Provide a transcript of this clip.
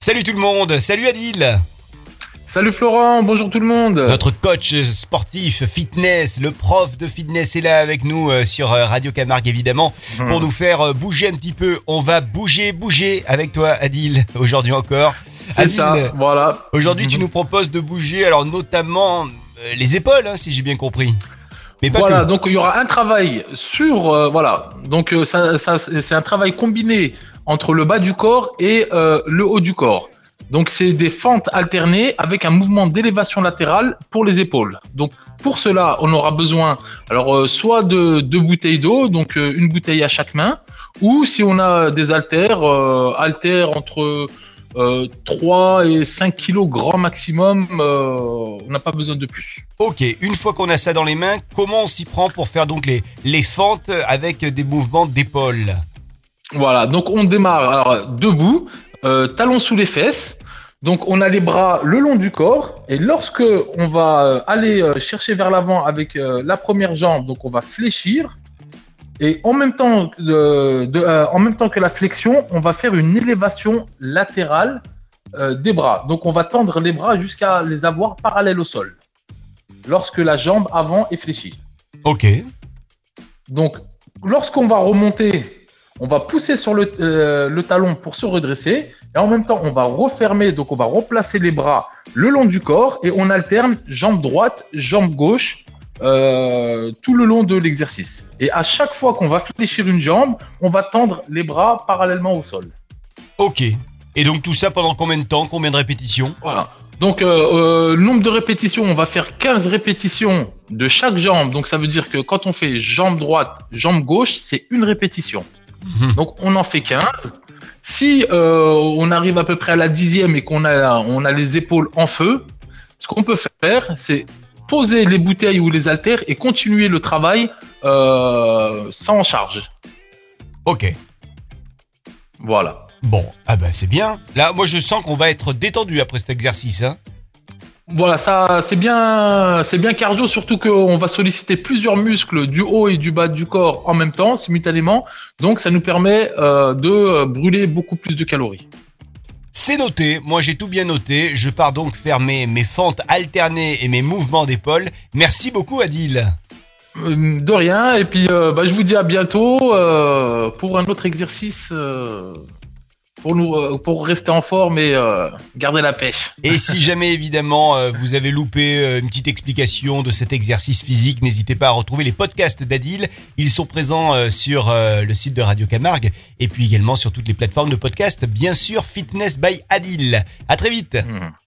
Salut tout le monde, salut Adil. Salut Florent, bonjour tout le monde. Notre coach sportif fitness, le prof de fitness est là avec nous sur Radio Camargue évidemment pour nous faire bouger un petit peu. On va bouger avec toi Adil aujourd'hui encore. C'est Adil, ça, voilà. Aujourd'hui tu nous proposes de bouger alors notamment les épaules si j'ai bien compris. Mais pas Voilà, que. donc il y aura un travail sur donc ça c'est un travail combiné entre le bas du corps et le haut du corps. Donc c'est des fentes alternées avec un mouvement d'élévation latérale pour les épaules. Donc pour cela, on aura besoin soit de 2 bouteilles d'eau, donc une bouteille à chaque main, ou si on a des haltères entre 3 et 5 kilos grand maximum, on n'a pas besoin de plus. Ok, une fois qu'on a ça dans les mains, comment on s'y prend pour faire donc les fentes avec des mouvements d'épaule? Voilà, donc on démarre debout, talons sous les fesses. Donc on a les bras le long du corps et lorsque on va aller chercher vers l'avant avec la première jambe, donc on va fléchir et en même temps que la flexion, on va faire une élévation latérale des bras. Donc on va tendre les bras jusqu'à les avoir parallèles au sol lorsque la jambe avant est fléchie. Ok. Donc lorsqu'on va remonter, on va pousser sur le talon pour se redresser et en même temps on va refermer, donc on va replacer les bras le long du corps et on alterne jambe droite, jambe gauche tout le long de l'exercice. Et à chaque fois qu'on va fléchir une jambe, on va tendre les bras parallèlement au sol. Ok. Et donc tout ça pendant combien de temps? Combien de répétitions? Voilà. Donc nombre de répétitions, on va faire 15 répétitions de chaque jambe. Donc ça veut dire que quand on fait jambe droite, jambe gauche, c'est une répétition. Donc on en fait 15. Si on arrive à peu près à la 10e et qu'on a les épaules en feu, ce qu'on peut faire, c'est poser les bouteilles ou les haltères et continuer le travail sans charge. Ok. Voilà. Bon, ah ben c'est bien. Là, moi je sens qu'on va être détendu après cet exercice. Voilà, ça c'est bien cardio, surtout qu'on va solliciter plusieurs muscles du haut et du bas du corps en même temps, simultanément. Donc ça nous permet de brûler beaucoup plus de calories. C'est noté, moi j'ai tout bien noté. Je pars donc faire mes fentes alternées et mes mouvements d'épaule. Merci beaucoup Adil. De rien, et puis je vous dis à bientôt pour un autre exercice pour rester en forme et garder la pêche. Et si jamais évidemment vous avez loupé une petite explication de cet exercice physique, n'hésitez pas à retrouver les podcasts d'Adil. Ils sont présents sur le site de Radio Camargue et puis également sur toutes les plateformes de podcast. Bien sûr, Fitness by Adil. À très vite.